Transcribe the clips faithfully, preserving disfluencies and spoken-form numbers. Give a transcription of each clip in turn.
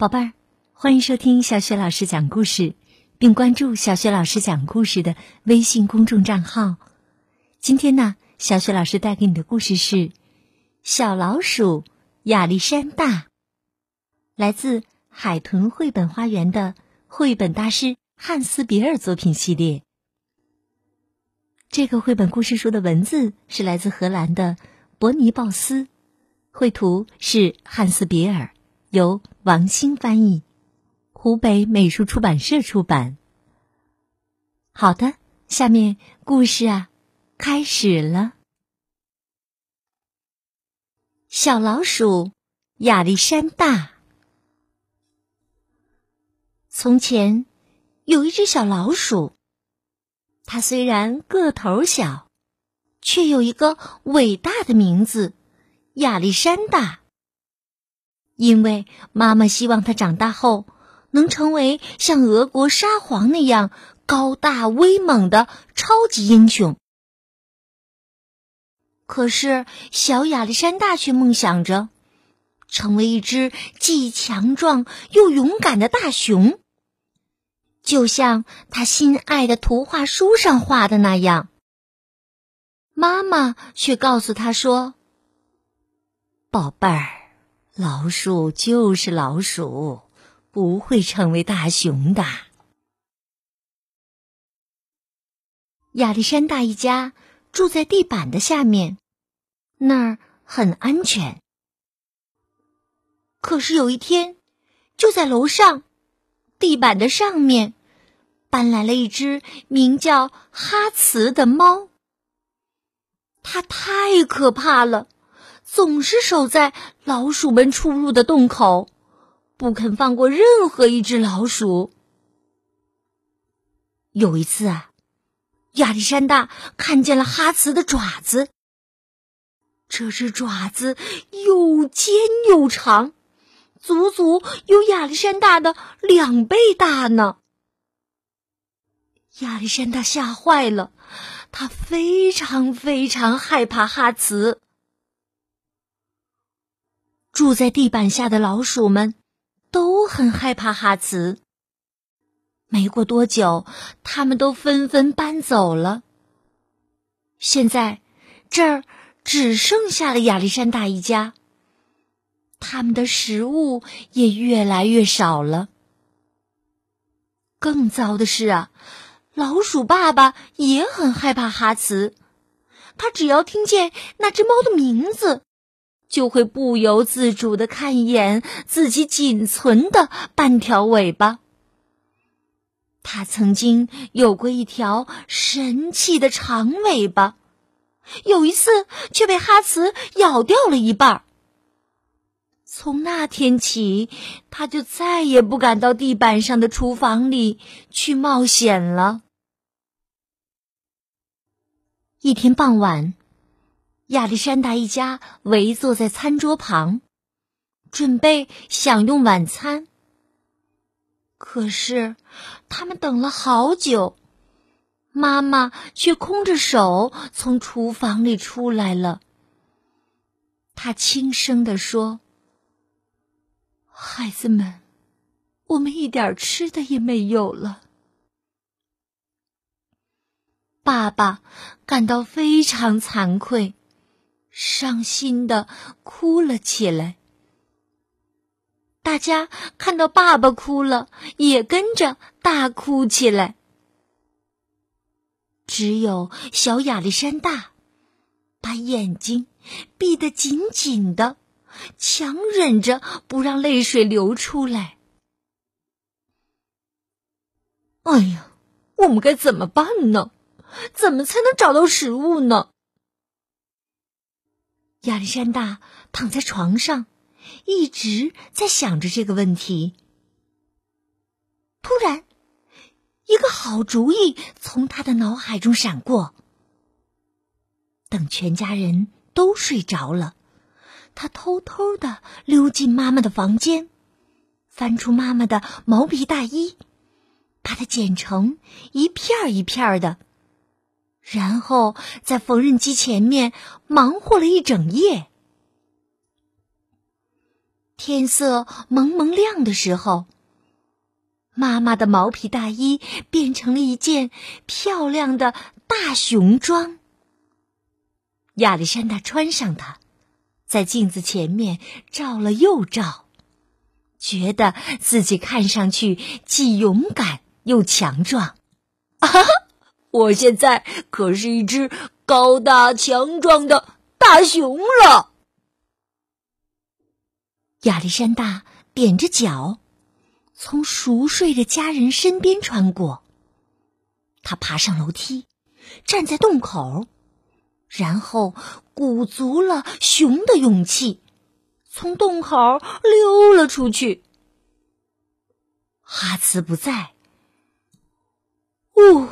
宝贝儿，欢迎收听小雪老师讲故事，并关注小雪老师讲故事的微信公众账号。今天呢，小雪老师带给你的故事是小老鼠亚历山大，来自海豚绘本花园的绘本大师汉斯比尔作品系列。这个绘本故事书的文字是来自荷兰的伯尼鲍斯，绘图是汉斯比尔，由王兴翻译，湖北美术出版社出版。好的，下面故事啊开始了。小老鼠亚历山大。从前有一只小老鼠，它虽然个头小，却有一个伟大的名字亚历山大。因为妈妈希望他长大后能成为像俄国沙皇那样高大威猛的超级英雄。可是小亚历山大却梦想着成为一只既强壮又勇敢的大熊，就像他心爱的图画书上画的那样。妈妈却告诉他说：宝贝儿，老鼠就是老鼠，不会成为大熊的。亚历山大一家住在地板的下面，那儿很安全。可是有一天，就在楼上地板的上面搬来了一只名叫哈茨的猫。它太可怕了，总是守在老鼠们出入的洞口，不肯放过任何一只老鼠。有一次啊，亚历山大看见了哈茨的爪子，这只爪子又尖又长，足足有亚历山大的两倍大呢。亚历山大吓坏了，他非常非常害怕哈茨。住在地板下的老鼠们都很害怕哈茨。没过多久，他们都纷纷搬走了。现在这儿只剩下了亚历山大一家，他们的食物也越来越少了。更糟的是啊，老鼠爸爸也很害怕哈茨，他只要听见那只猫的名字，就会不由自主地看一眼自己仅存的半条尾巴。他曾经有过一条神奇的长尾巴，有一次却被哈茨咬掉了一半。从那天起，他就再也不敢到地板上的厨房里去冒险了。一天傍晚，亚历山大一家围坐在餐桌旁，准备享用晚餐。可是他们等了好久，妈妈却空着手从厨房里出来了。她轻声地说：孩子们，我们一点吃的也没有了。爸爸感到非常惭愧，伤心地哭了起来。大家看到爸爸哭了，也跟着大哭起来。只有小亚历山大把眼睛闭得紧紧的，强忍着不让泪水流出来。哎呀，我们该怎么办呢？怎么才能找到食物呢？亚历山大躺在床上，一直在想着这个问题。突然，一个好主意从他的脑海中闪过。等全家人都睡着了，他偷偷地溜进妈妈的房间，翻出妈妈的毛皮大衣，把它剪成一片儿一片儿的，然后在缝纫机前面忙活了一整夜。 天色蒙蒙亮的时候，妈妈的毛皮大衣变成了一件漂亮的大熊装。亚历山大穿上它，在镜子前面照了又照，觉得自己看上去既勇敢又强壮。啊，我现在可是一只高大强壮的大熊了。亚历山大踮着脚，从熟睡的家人身边穿过。他爬上楼梯，站在洞口，然后鼓足了熊的勇气，从洞口溜了出去。哈茨不在。呜，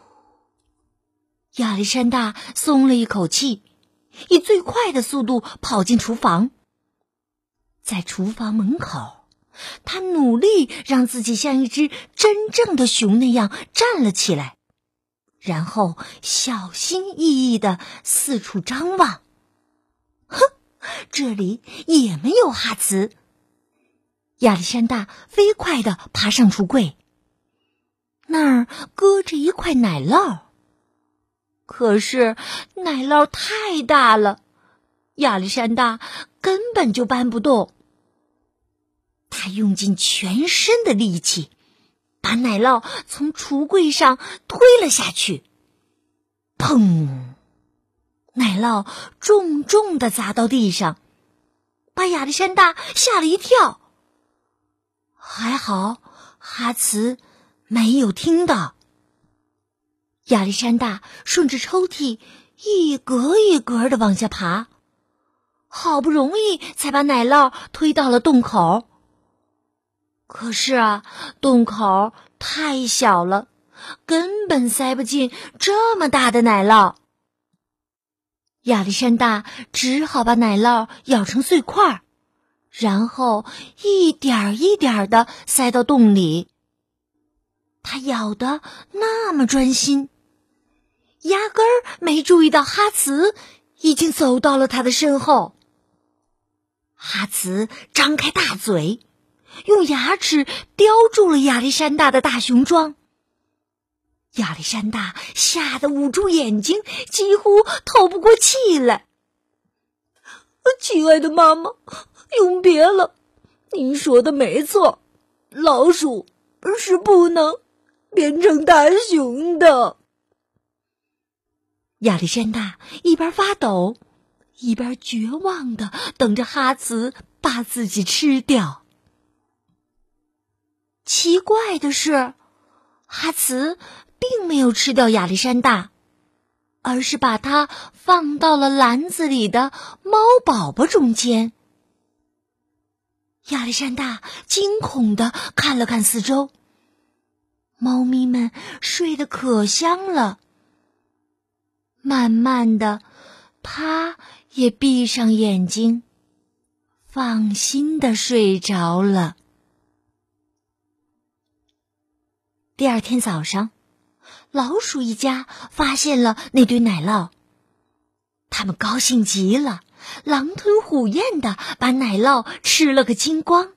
亚历山大松了一口气，以最快的速度跑进厨房。在厨房门口，他努力让自己像一只真正的熊那样站了起来，然后小心翼翼地四处张望。哼，这里也没有哈茨。亚历山大飞快地爬上橱柜，那儿搁着一块奶酪。可是奶酪太大了，亚历山大根本就搬不动。他用尽全身的力气，把奶酪从橱柜上推了下去。砰！奶酪重重地砸到地上，把亚历山大吓了一跳。还好哈茨没有听到。亚历山大顺着抽屉一格一格地往下爬，好不容易才把奶酪推到了洞口。可是啊，洞口太小了，根本塞不进这么大的奶酪。亚历山大只好把奶酪咬成碎块，然后一点一点地塞到洞里。他咬得那么专心，压根儿没注意到哈茨已经走到了他的身后。哈茨张开大嘴，用牙齿叼住了亚历山大的大熊装。亚历山大吓得捂住眼睛，几乎透不过气来。亲爱的妈妈，永别了，您说的没错，老鼠是不能变成大熊的。亚历山大一边发抖，一边绝望地等着哈茨把自己吃掉。奇怪的是，哈茨并没有吃掉亚历山大，而是把它放到了篮子里的猫宝宝中间。亚历山大惊恐地看了看四周，猫咪们睡得可香了。慢慢的，他也闭上眼睛，放心地睡着了。第二天早上，老鼠一家发现了那堆奶酪，他们高兴极了，狼吞虎咽地把奶酪吃了个精光。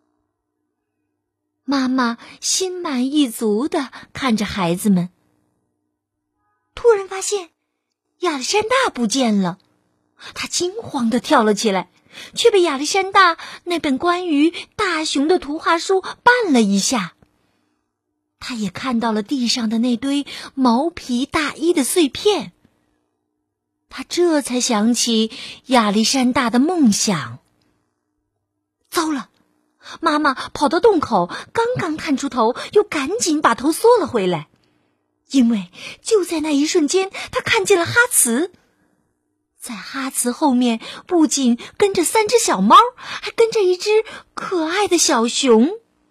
妈妈心满意足地看着孩子们，突然发现亚历山大不见了，他惊慌地跳了起来，却被亚历山大那本关于大熊的图画书绊了一下。他也看到了地上的那堆毛皮大衣的碎片，他这才想起亚历山大的梦想。糟了！妈妈跑到洞口，刚刚探出头，又赶紧把头缩了回来，因为就在那一瞬间，他看见了哈茨。在哈茨后面不仅跟着三只小猫，还跟着一只可爱的小熊。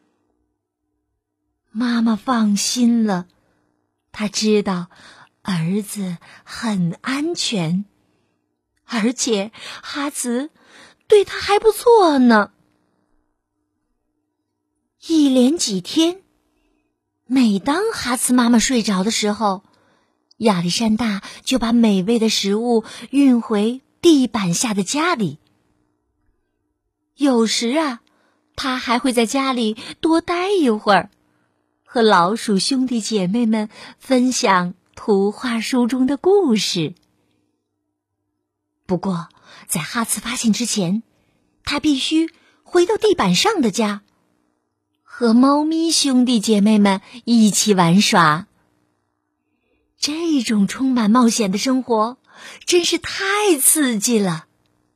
妈妈放心了，她知道儿子很安全，而且哈茨对他还不错呢。一连几天，每当哈茨妈妈睡着的时候，亚历山大就把美味的食物运回地板下的家里。有时啊， 他还会在家里多待一会儿，和老鼠兄弟姐妹们分享图画书中的故事。不过，在哈茨发现之前，他必须回到地板上的家，和猫咪兄弟姐妹们一起玩耍。这种充满冒险的生活真是太刺激了。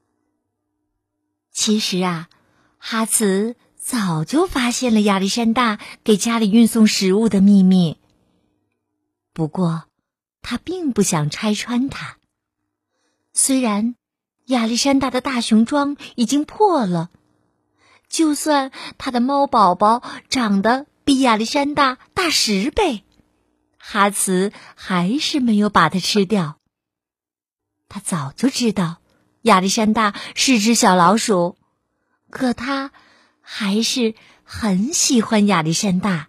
其实啊，哈茨早就发现了亚历山大给家里运送食物的秘密，不过他并不想拆穿它。虽然亚历山大的大熊装已经破了，就算他的猫宝宝长得比亚历山大大十倍，哈茨还是没有把它吃掉。他早就知道亚历山大是只小老鼠，可他还是很喜欢亚历山大。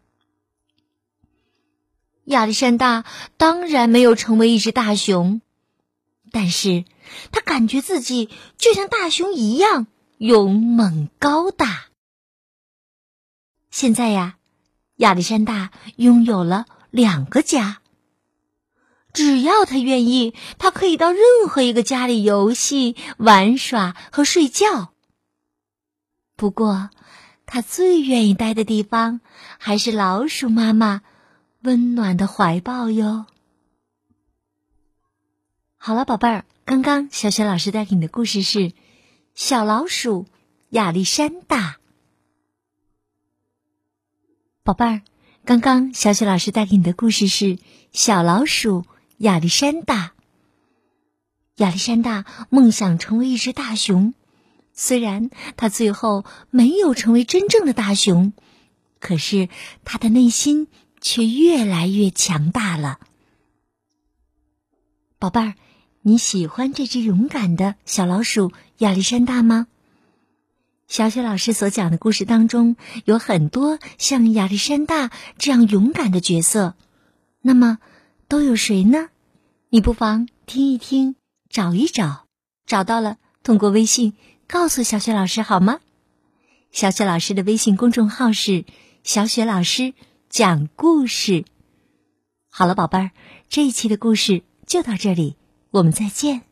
亚历山大当然没有成为一只大熊，但是他感觉自己就像大熊一样勇猛高大。现在呀，亚历山大拥有了两个家。只要他愿意，他可以到任何一个家里游戏、玩耍和睡觉。不过，他最愿意待的地方还是老鼠妈妈温暖的怀抱哟。好了，宝贝儿，刚刚小雪老师带给你的故事是小老鼠亚历山大。宝贝儿，刚刚小雪老师带给你的故事是小老鼠亚历山大。亚历山大梦想成为一只大熊，虽然他最后没有成为真正的大熊，可是他的内心却越来越强大了。宝贝儿，你喜欢这只勇敢的小老鼠亚历山大吗？小雪老师所讲的故事当中有很多像亚历山大这样勇敢的角色，那么都有谁呢？你不妨听一听，找一找，找到了通过微信告诉小雪老师好吗？小雪老师的微信公众号是小雪老师讲故事。好了，宝贝儿，这一期的故事就到这里，我们再见。